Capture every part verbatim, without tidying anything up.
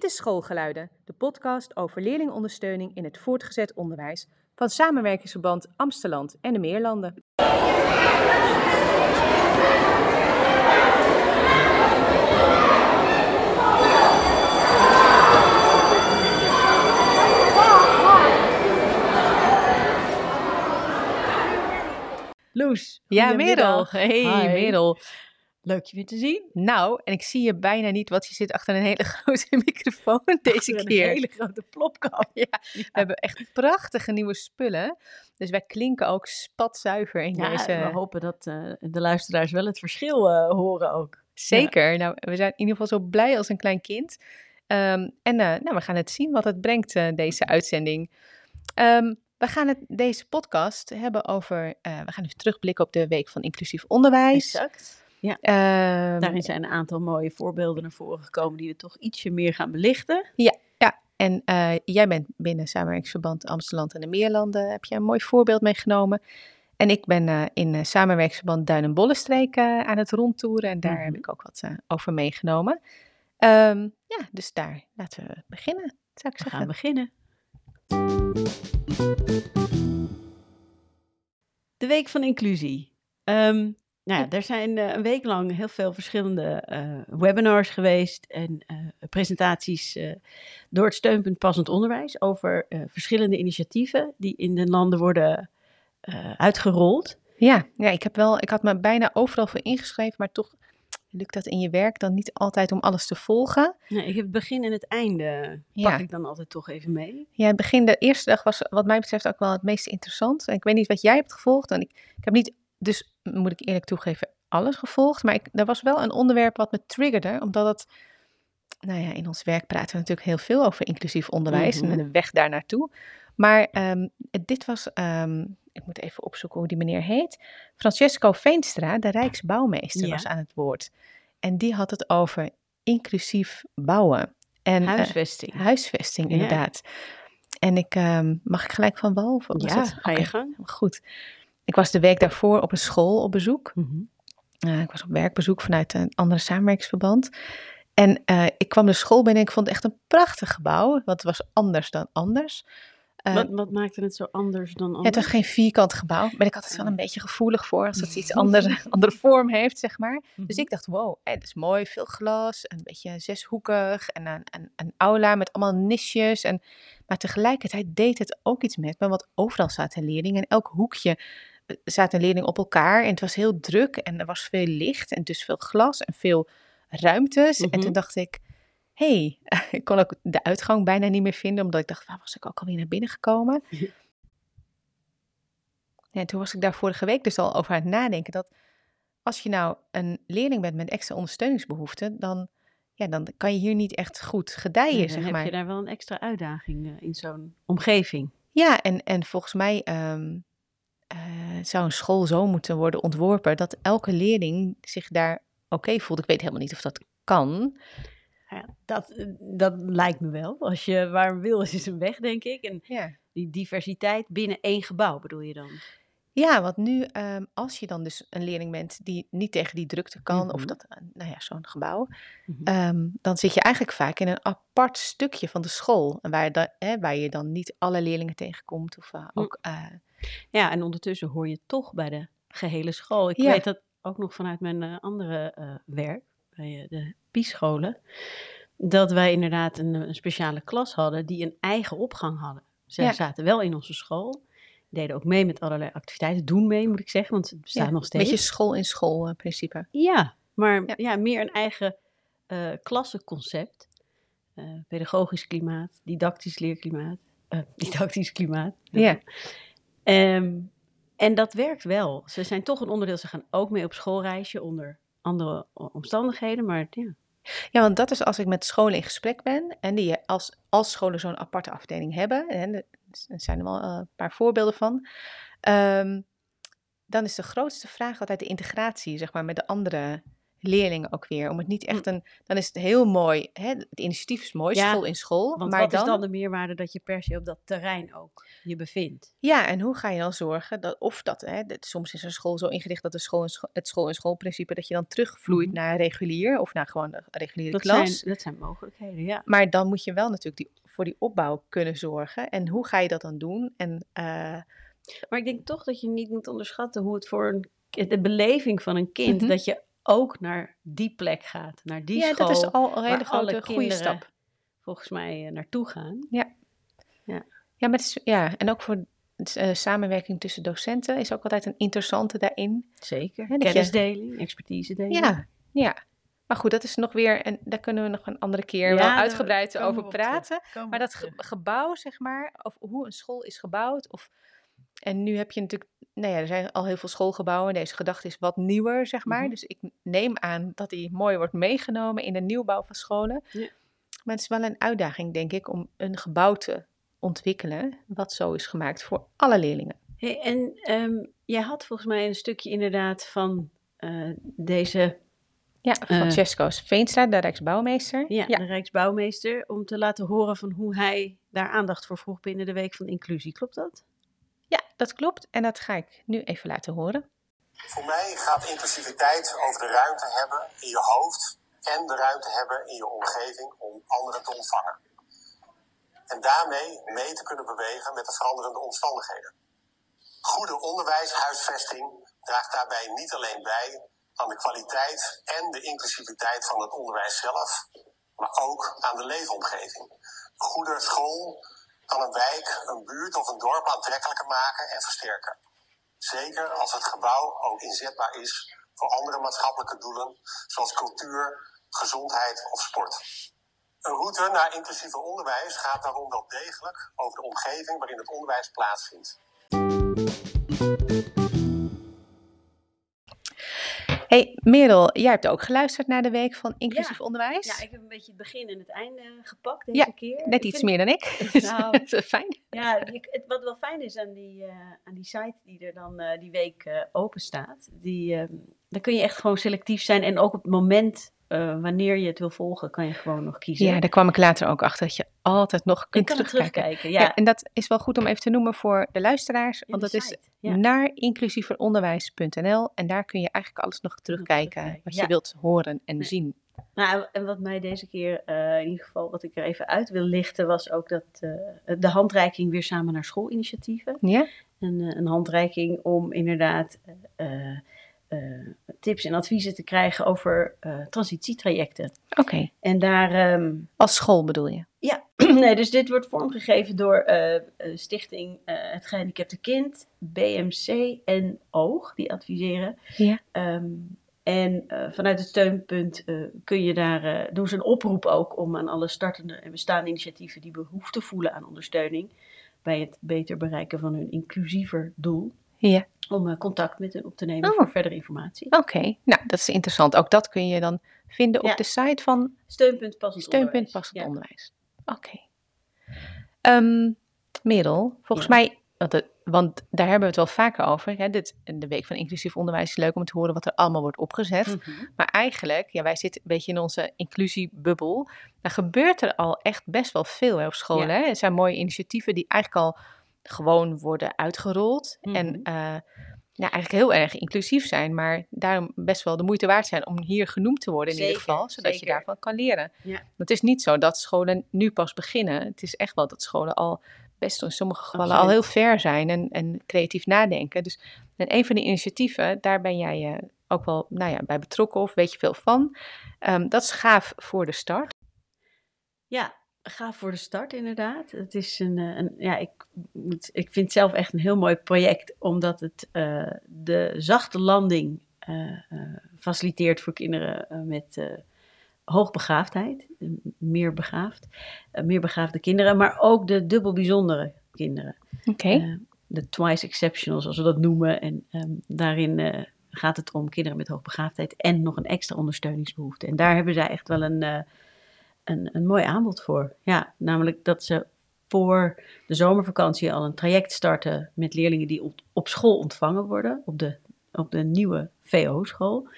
Dit is Schoolgeluiden, de podcast over leerlingondersteuning in het voortgezet onderwijs van Samenwerkingsverband Amsteland en de Meerlanden. Loes. Ja, Merel. Hey, Hi. Merel. Leuk je weer te zien. Nou, en ik zie je bijna niet, want je zit achter een hele grote microfoon deze Achter een keer. Een hele grote plopkap. Ja, we hebben echt prachtige nieuwe spullen. Dus wij klinken ook spatzuiver in Ja, deze... we hopen dat uh, de luisteraars wel het verschil uh, horen ook. Zeker. Ja. Nou, we zijn in ieder geval zo blij als een klein kind. Um, en uh, nou, we gaan het zien wat het brengt, uh, deze uitzending. Um, we gaan het, deze podcast hebben over... Uh, we gaan even terugblikken op de Week van Inclusief Onderwijs. Exact. Ja. Um, Daarin zijn een aantal mooie voorbeelden naar voren gekomen die we toch ietsje meer gaan belichten. Ja, ja. En uh, jij bent binnen Samenwerkingsverband Amsteland en de Meerlanden. Heb je een mooi voorbeeld meegenomen. En ik ben uh, in uh, Samenwerkingsverband Duin- en Bollenstreek uh, aan het rondtoeren. En daar mm-hmm. heb ik ook wat uh, over meegenomen. Um, ja, dus daar laten we beginnen, zou ik we zeggen. gaan beginnen. De Week van Inclusie. Um, Nou ja, er zijn uh, een week lang heel veel verschillende uh, webinars geweest en uh, presentaties uh, door het steunpunt Passend Onderwijs over uh, verschillende initiatieven die in de landen worden uh, uitgerold. Ja, ja ik, heb wel, ik had me bijna overal voor ingeschreven, maar toch lukt dat in je werk dan niet altijd om alles te volgen. Nee, ik heb het begin en het einde ja. pak ik dan altijd toch even mee. Ja, het begin, de eerste dag was wat mij betreft ook wel het meest interessant. En ik weet niet wat jij hebt gevolgd, en ik, ik heb niet... Dus moet ik eerlijk toegeven, alles gevolgd. Maar ik, er was wel een onderwerp wat me triggerde. Omdat het, nou ja, in ons werk praten we natuurlijk heel veel over inclusief onderwijs. Mm-hmm. En de weg daar naartoe. Maar um, dit was, um, ik moet even opzoeken hoe die meneer heet. Francesco Veenstra, de Rijksbouwmeester, ja. was aan het woord. En die had het over inclusief bouwen. En, huisvesting. Uh, huisvesting, inderdaad. Ja. En ik, um, mag ik gelijk van wal? Of was ja, het? ga je okay. gang. Goed. Ik was de week daarvoor op een school op bezoek. Mm-hmm. Uh, ik was op werkbezoek vanuit een andere samenwerkingsverband. En uh, ik kwam de school binnen en ik vond het echt een prachtig gebouw. Want het was anders dan anders. Uh, wat, wat maakte het zo anders dan anders? Het was geen vierkant gebouw. Maar ik had het wel een beetje gevoelig voor als het iets andere, andere vorm heeft, zeg maar. Mm-hmm. Dus ik dacht, wow, het is mooi, veel glas. Een beetje zeshoekig. En een, een, een aula met allemaal nisjes. En, maar tegelijkertijd deed het ook iets met me. Want overal zaten leerlingen. En elk hoekje zaten leerlingen op elkaar. En het was heel druk. En er was veel licht. En dus veel glas. En veel ruimtes. Mm-hmm. En toen dacht ik, hé, hey, ik kon ook de uitgang bijna niet meer vinden. Omdat ik dacht, waar was ik ook alweer naar binnen gekomen? Ja. Ja, en toen was ik daar vorige week dus al over aan het nadenken. Dat als je nou een leerling bent met extra ondersteuningsbehoeften. Dan, ja, dan kan je hier niet echt goed gedijen, ja, dan zeg heb maar. je daar wel een extra uitdaging uh, in zo'n omgeving. Ja, en, en volgens mij... Um, Uh, zou een school zo moeten worden ontworpen dat elke leerling zich daar oké okay voelt. Ik weet helemaal niet of dat kan. Ja, dat, dat lijkt me wel. Als je waar wil is, is een weg, denk ik. En ja. Die diversiteit binnen één gebouw bedoel je dan? Ja, want nu um, als je dan dus een leerling bent die niet tegen die drukte kan, mm-hmm. of dat, nou ja, zo'n gebouw, mm-hmm. um, dan zit je eigenlijk vaak in een apart stukje van de school. Waar, da, hè, waar je dan niet alle leerlingen tegenkomt. Of uh, ook... Uh, Ja, en ondertussen hoor je toch bij de gehele school. Ik ja. weet dat ook nog vanuit mijn uh, andere uh, werk, bij uh, de P I S-scholen, dat wij inderdaad een, een speciale klas hadden die een eigen opgang hadden. Ze ja. zaten wel in onze school, deden ook mee met allerlei activiteiten, doen mee moet ik zeggen, want het bestaat ja, nog steeds. Een beetje school in school uh, principe. Ja, maar ja. Ja, meer een eigen uh, klassenconcept. Uh, pedagogisch klimaat, didactisch leerklimaat, uh, didactisch klimaat. Ja. Um, en dat werkt wel. Ze zijn toch een onderdeel. Ze gaan ook mee op schoolreisje onder andere omstandigheden. Maar ja. Ja, want dat is als ik met scholen in gesprek ben. En die als, als scholen zo'n aparte afdeling hebben. En er zijn er wel een paar voorbeelden van. Um, dan is de grootste vraag altijd de integratie, zeg maar, met de andere leerlingen ook weer. Om het niet echt Hm. een... Dan is het heel mooi. Hè? Het initiatief is mooi, Ja, school in school. Want maar wat dan, is dan de meerwaarde dat je per se op dat terrein ook je bevindt? Ja, en hoe ga je dan zorgen dat... Of dat, hè, dat soms is een school zo ingericht dat de school in scho- het school in schoolprincipe... dat je dan terugvloeit Mhm. naar regulier of naar gewoon de reguliere Dat klas. zijn, dat zijn mogelijkheden, ja. Maar dan moet je wel natuurlijk die, voor die opbouw kunnen zorgen. En hoe ga je dat dan doen? En eh, Maar ik denk toch dat je niet moet onderschatten hoe het voor een, de beleving van een kind, Mhm. dat je ook naar die plek gaat, naar die ja, school, dat is al een hele waar alle grote goede kinderen stap. volgens mij eh, naartoe gaan. Ja. Ja. Ja, maar het is, ja, en ook voor uh, samenwerking tussen docenten is ook altijd een interessante daarin. Zeker. Hè, dat je- Kennisdeling, expertise-deling. Ja, ja. Maar goed, dat is nog weer, en daar kunnen we nog een andere keer Ja, wel daar uitgebreid komen we over op praten. terug. Komen we Maar op dat ge- terug. gebouw, zeg maar, of hoe een school is gebouwd. Of, en nu heb je natuurlijk, nou ja, er zijn al heel veel schoolgebouwen. Deze gedachte is wat nieuwer, zeg maar. Mhm. Dus ik neem aan dat die mooi wordt meegenomen in de nieuwbouw van scholen. Ja. Maar het is wel een uitdaging, denk ik, om een gebouw te ontwikkelen wat zo is gemaakt voor alle leerlingen. Hey, en ehm, jij had volgens mij een stukje inderdaad van eh, deze, Ja, Eh, Francesco Veenstra, de Rijksbouwmeester. ja, ja, de Rijksbouwmeester, om te laten horen van hoe hij daar aandacht voor vroeg binnen de Week van Inclusie. Klopt dat? ja, dat klopt. En dat ga ik nu even laten horen. Voor mij gaat inclusiviteit over de ruimte hebben in je hoofd en de ruimte hebben in je omgeving om anderen te ontvangen. En daarmee mee te kunnen bewegen met de veranderende omstandigheden. Goede onderwijshuisvesting draagt daarbij niet alleen bij aan de kwaliteit en de inclusiviteit van het onderwijs zelf, maar ook aan de leefomgeving. Een goede school kan een wijk, een buurt of een dorp aantrekkelijker maken en versterken. Zeker als het gebouw ook inzetbaar is voor andere maatschappelijke doelen, zoals cultuur, gezondheid of sport. Een route naar inclusieve onderwijs gaat daarom wel degelijk over de omgeving waarin het onderwijs plaatsvindt. Hey Merel, jij hebt ook geluisterd naar de Week van Inclusief Ja. Onderwijs. Ja, ik heb een beetje het begin en het einde gepakt deze Ja, keer. Net Ik iets vind- meer dan ik. Dus Nou, dat is fijn. Ja, je- het, wat wel fijn is aan die, eh, aan die site die er dan eh, die week eh, open staat, die, eh, dan kun je echt gewoon selectief zijn en ook op het moment eh, wanneer je het wil volgen, kan je gewoon nog kiezen. Ja, daar kwam ik later ook achter dat je altijd nog je kunt kan er terugkijken. terugkijken. Ja, Ja, en dat is wel goed om even te noemen voor de luisteraars, want de dat is site, ja. naar inclusieveronderwijs punt n l en daar kun je eigenlijk alles nog terugkijken terugkijken, wat ja. je wilt horen en Nee. zien. Nou, en wat mij deze keer, eh, in ieder geval wat ik er even uit wil lichten, was ook dat eh, de handreiking weer samen naar schoolinitiatieven. Ja? Een, eh, een handreiking om inderdaad eh, eh, eh, tips en adviezen te krijgen over eh, transitietrajecten. Oké. En daar, ehm, Als school bedoel je? ja, nee, dus dit wordt vormgegeven door eh, eh, Stichting eh, Het Gehandicapte Kind, B M C en Oog, die adviseren. Ja. Ehm, en eh, vanuit het steunpunt eh, kun je daar, eh, doen ze een oproep ook om aan alle startende en bestaande initiatieven die behoefte voelen aan ondersteuning bij het beter bereiken van hun inclusiever doel, Ja. om eh, contact met hen op te nemen Oh. voor verdere informatie. Oké, nou dat is interessant. Ook dat kun je dan vinden op Ja. de site van Steunpunt Passend Steunpunt Onderwijs. Passend Ja. Onderwijs. Oké. Ehm, Merel, volgens Ja. mij, want, het- want daar hebben we het wel vaker over. Hè, dit, de Week van Inclusief Onderwijs is leuk om te horen wat er allemaal wordt opgezet. Mhm. Maar eigenlijk, ja, wij zitten een beetje in onze inclusiebubbel. Daar gebeurt er al echt best wel veel hè, op scholen. Ja. Hè? Er zijn mooie initiatieven die eigenlijk al gewoon worden uitgerold. Mhm. En uh, nou, eigenlijk heel erg inclusief zijn, maar daarom best wel de moeite waard zijn om hier genoemd te worden in Zeker, ieder geval, zodat je zeker. daarvan kan leren. Ja. Het is niet zo dat scholen nu pas beginnen. Het is echt wel dat scholen al best in sommige gevallen Absoluut. al heel ver zijn en, en creatief nadenken. Dus en een van die initiatieven, daar ben jij uh, ook wel nou ja, bij betrokken of weet je veel van. Um, dat is Gaaf voor de Start. Ja, gaaf voor de start inderdaad. Het is een, een ja, ik, moet, ik vind het zelf echt een heel mooi project, omdat het uh, de zachte landing uh, uh, faciliteert voor kinderen uh, met uh, hoogbegaafdheid, meer begaafd, uh, meer begaafde kinderen, maar ook de dubbel bijzondere kinderen. Oké. Okay. Uh, de twice exceptional, zoals we dat noemen. En um, daarin uh, gaat het om kinderen met hoogbegaafdheid en nog een extra ondersteuningsbehoefte. En daar hebben zij echt wel een... Uh, Een, een mooi aanbod voor. Ja, namelijk dat ze voor de zomervakantie al een traject starten met leerlingen die op, op school ontvangen worden, op de, op de nieuwe V O-school.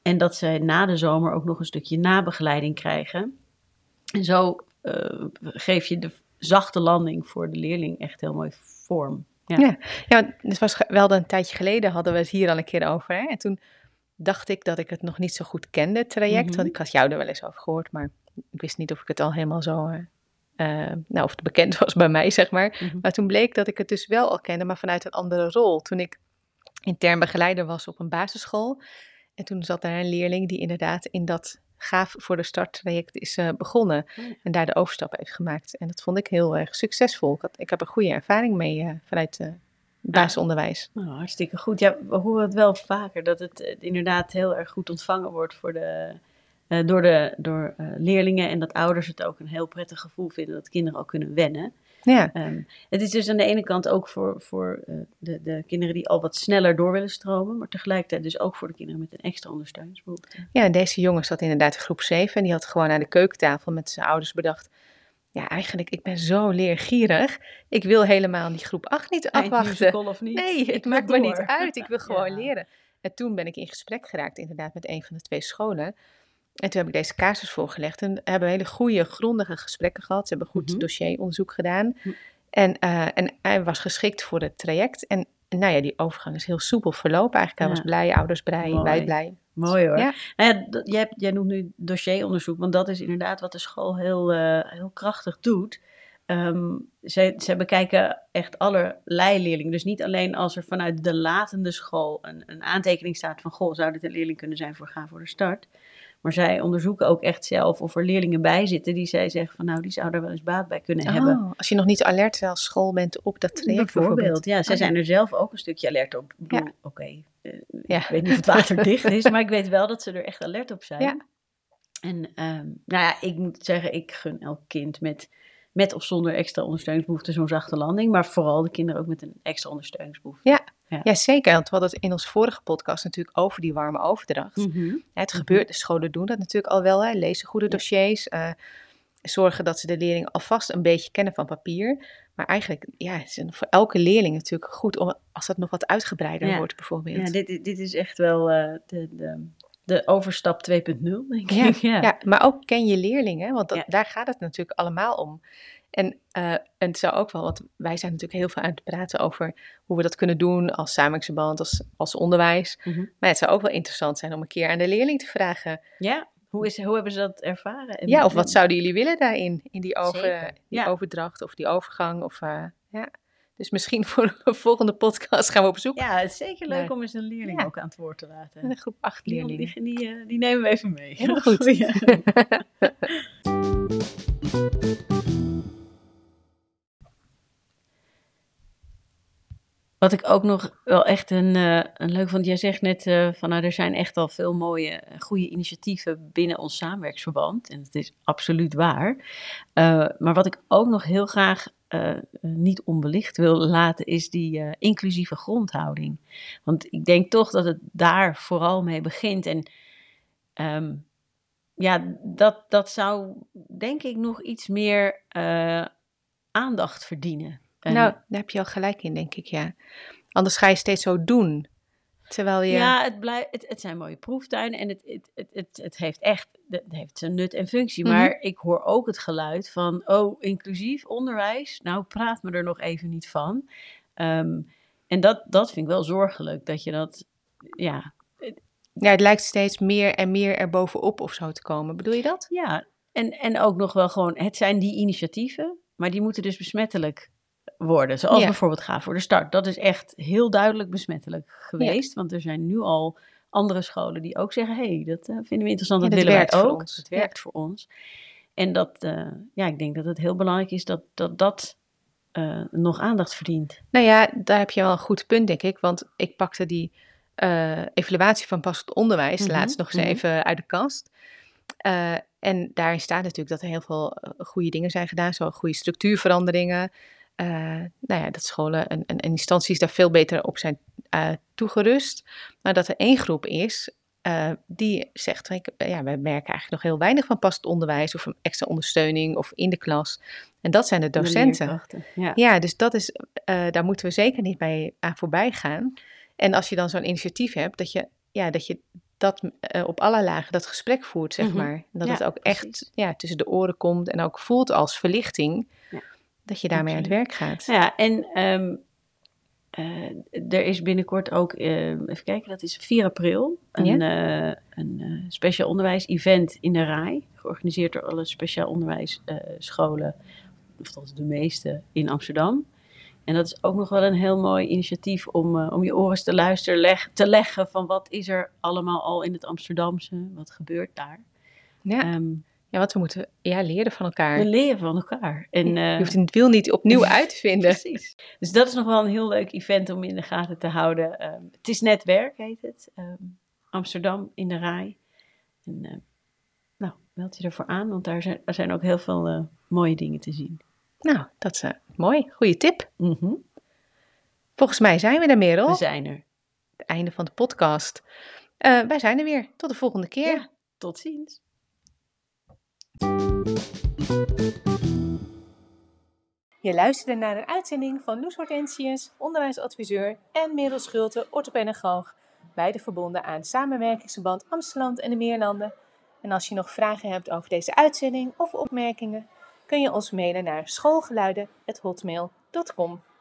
en dat zij na de zomer ook nog een stukje nabegeleiding krijgen. En zo uh, geef je de zachte landing voor de leerling echt heel mooi vorm. Ja, ja, ja het was wel een tijdje geleden, hadden we het hier al een keer over. Hè? En toen dacht ik dat ik het nog niet zo goed kende, het traject. Mm-hmm. Want ik had jou er wel eens over gehoord, maar ik wist niet of ik het al helemaal zo... Uh, uh, nou, of het bekend was bij mij, zeg maar. Mm-hmm. Maar toen bleek dat ik het dus wel al kende, maar vanuit een andere rol. Toen ik intern begeleider was op een basisschool. En toen zat daar een leerling die inderdaad in dat gaaf voor de start traject is uh, begonnen. Oh ja. En daar de overstap heeft gemaakt. En dat vond ik heel erg succesvol. Ik, had, ik heb er goede ervaring mee uh, vanuit het uh, basisonderwijs. Ja. Oh, hartstikke goed. Ja, we horen het wel vaker dat het uh, inderdaad heel erg goed ontvangen wordt voor de, uh, door, de, door uh, leerlingen. En dat ouders het ook een heel prettig gevoel vinden dat kinderen ook kunnen wennen. Ja. Um, het is dus aan de ene kant ook voor, voor uh, de, de kinderen die al wat sneller door willen stromen, maar tegelijkertijd dus ook voor de kinderen met een extra ondersteuningsbehoefte. Ja, deze jongen zat inderdaad in groep zeven en die had gewoon aan de keukentafel met zijn ouders bedacht, ja, eigenlijk, ik ben zo leergierig, ik wil helemaal die groep acht niet afwachten. Of niet. Nee, ik het maakt me niet uit, ik wil gewoon ja. leren. En toen ben ik in gesprek geraakt inderdaad met een van de twee scholen. En toen heb ik deze casus voorgelegd en hebben we hele goede, grondige gesprekken gehad. Ze hebben goed mm-hmm. dossieronderzoek gedaan. Mm-hmm. En, uh, en hij was geschikt voor het traject. En, en nou ja, die overgang is heel soepel verlopen. Eigenlijk, hij ja. was blij, ouders blij, Mooi. wij blij. Mooi hoor. Ja. Nou ja, d- jij, jij noemt nu dossieronderzoek, want dat is inderdaad wat de school heel, uh, heel krachtig doet. Um, zij, zij bekijken echt allerlei leerlingen. Dus niet alleen als er vanuit de latende school een, een aantekening staat van, goh, zou dit een leerling kunnen zijn voor Ga voor de Start? Maar zij onderzoeken ook echt zelf of er leerlingen bij zitten die zij zeggen van, nou, die zou er wel eens baat bij kunnen oh, hebben. Als je nog niet alert als school bent op dat traject bijvoorbeeld. bijvoorbeeld. Ja, zij oh. zijn er zelf ook een stukje alert op. Ik bedoel, ja. oké, okay, uh, ja. ik weet niet of het water dicht is, maar ik weet wel dat ze er echt alert op zijn. Ja. En um, nou ja, ik moet zeggen, ik gun elk kind met, met of zonder extra ondersteuningsbehoefte zo'n zachte landing, maar vooral de kinderen ook met een extra ondersteuningsbehoefte. Ja. Ja. ja, zeker. Want we hadden het in onze vorige podcast natuurlijk over die warme overdracht. Mm-hmm. Het gebeurt, de scholen doen dat natuurlijk al wel. Hè. Lezen goede dossiers. Uh, zorgen dat ze de leerling alvast een beetje kennen van papier. Maar eigenlijk ja, is het voor elke leerling natuurlijk goed om, als dat nog wat uitgebreider ja. wordt bijvoorbeeld. Ja, dit, dit is echt wel uh, de, de, de overstap twee punt nul, denk ja. ik. Ja. ja, maar ook ken je leerlingen, want dat, ja. daar gaat het natuurlijk allemaal om. En, uh, en het zou ook wel, want wij zijn natuurlijk heel veel aan het praten over hoe we dat kunnen doen als samenwerkingsverband, als, als onderwijs. Mm-hmm. Maar het zou ook wel interessant zijn om een keer aan de leerling te vragen. Ja, hoe, is, hoe hebben ze dat ervaren? En, ja, of wat zouden jullie willen daarin, in die, over, die ja. overdracht of die overgang? Of, uh, ja. Dus misschien voor de volgende podcast gaan we op zoek. Ja, het is zeker leuk maar, om eens een leerling ja. ook aan het woord te laten. Een groep acht leerlingen. Die, die, die, uh, die nemen we even mee. Heel goed. Ja. Wat ik ook nog wel echt een, uh, een leuk vond, jij zegt net uh, van nou, er zijn echt al veel mooie, goede initiatieven binnen ons samenwerksverband. En dat is absoluut waar. Uh, maar wat ik ook nog heel graag uh, niet onbelicht wil laten, is die uh, inclusieve grondhouding. Want ik denk toch dat het daar vooral mee begint. En um, ja, dat, dat zou denk ik nog iets meer uh, aandacht verdienen. En nou, daar heb je al gelijk in, denk ik, ja. Anders ga je steeds zo doen. Terwijl je... Ja, het, blij, het, het zijn mooie proeftuinen en het, het, het, het, het heeft echt het heeft zijn nut en functie. Mm-hmm. Maar ik hoor ook het geluid van, oh, inclusief onderwijs, nou praat me er nog even niet van. Um, en dat, dat vind ik wel zorgelijk, dat je dat, ja... Ja, het lijkt steeds meer en meer erbovenop of zo te komen. Bedoel je dat? Ja, en, en ook nog wel gewoon, het zijn die initiatieven, maar die moeten dus besmettelijk worden. Zoals ja. bijvoorbeeld Ga voor de Start. Dat is echt heel duidelijk besmettelijk geweest. Ja. Want er zijn nu al andere scholen die ook zeggen, hé, hey, dat uh, vinden we interessant, ja, dat, dat willen wij ook. Ons. Het werkt ja. voor ons. En dat, uh, ja, ik denk dat het heel belangrijk is dat dat, dat uh, nog aandacht verdient. Nou ja, daar heb je wel een goed punt, denk ik. Want ik pakte die uh, evaluatie van passend onderwijs mm-hmm. laatst nog eens mm-hmm. even uit de kast. Uh, en daarin staat natuurlijk dat er heel veel uh, goede dingen zijn gedaan. Zo goede structuurveranderingen. Uh, nou ja, dat scholen en, en, en instanties daar veel beter op zijn uh, toegerust. Maar dat er één groep is uh, die zegt, ja, wij merken eigenlijk nog heel weinig van passend onderwijs of extra ondersteuning of in de klas. En dat zijn de docenten. De ja. ja, dus dat is, uh, daar moeten we zeker niet bij aan voorbij gaan. En als je dan zo'n initiatief hebt, dat je, ja, dat je dat uh, op alle lagen dat gesprek voert, zeg Mm-hmm. maar. En dat ja, het ook precies. echt ja, tussen de oren komt en ook voelt als verlichting. Ja. Dat je daarmee Absoluut. aan het werk gaat. Ja, en um, uh, er is binnenkort ook, uh, even kijken, dat is vier april, een, ja? uh, een uh, speciaal onderwijs-event in de R A I. Georganiseerd door alle speciaal onderwijsscholen, uh, of dat de meeste, in Amsterdam. En dat is ook nog wel een heel mooi initiatief om, uh, om je oren te luisteren, leg, te leggen van wat is er allemaal al in het Amsterdamse, wat gebeurt daar. Ja, um, ja want we moeten ja, leren van elkaar. We leren van elkaar. En, uh, je hoeft het wiel niet opnieuw uit te vinden. Precies. Dus dat is nog wel een heel leuk event om in de gaten te houden. Um, het is Netwerk, heet het. Um, Amsterdam in de R A I. En, uh, nou, meld je ervoor aan, want daar zijn, er zijn ook heel veel uh, mooie dingen te zien. Nou, dat is uh, mooi. Goeie tip. Mm-hmm. Volgens mij zijn we er, Merel. We zijn er. Het einde van de podcast. Uh, wij zijn er weer. Tot de volgende keer. Ja, tot ziens. Je luisterde naar een uitzending van Loes Hortensius, onderwijsadviseur, en Merel Schulte, orthopedagoog. Beide verbonden aan Samenwerkingsverband Amsterdam en de Meerlanden. En als je nog vragen hebt over deze uitzending of opmerkingen, kun je ons mailen naar schoolgeluiden apenstaartje hotmail punt com.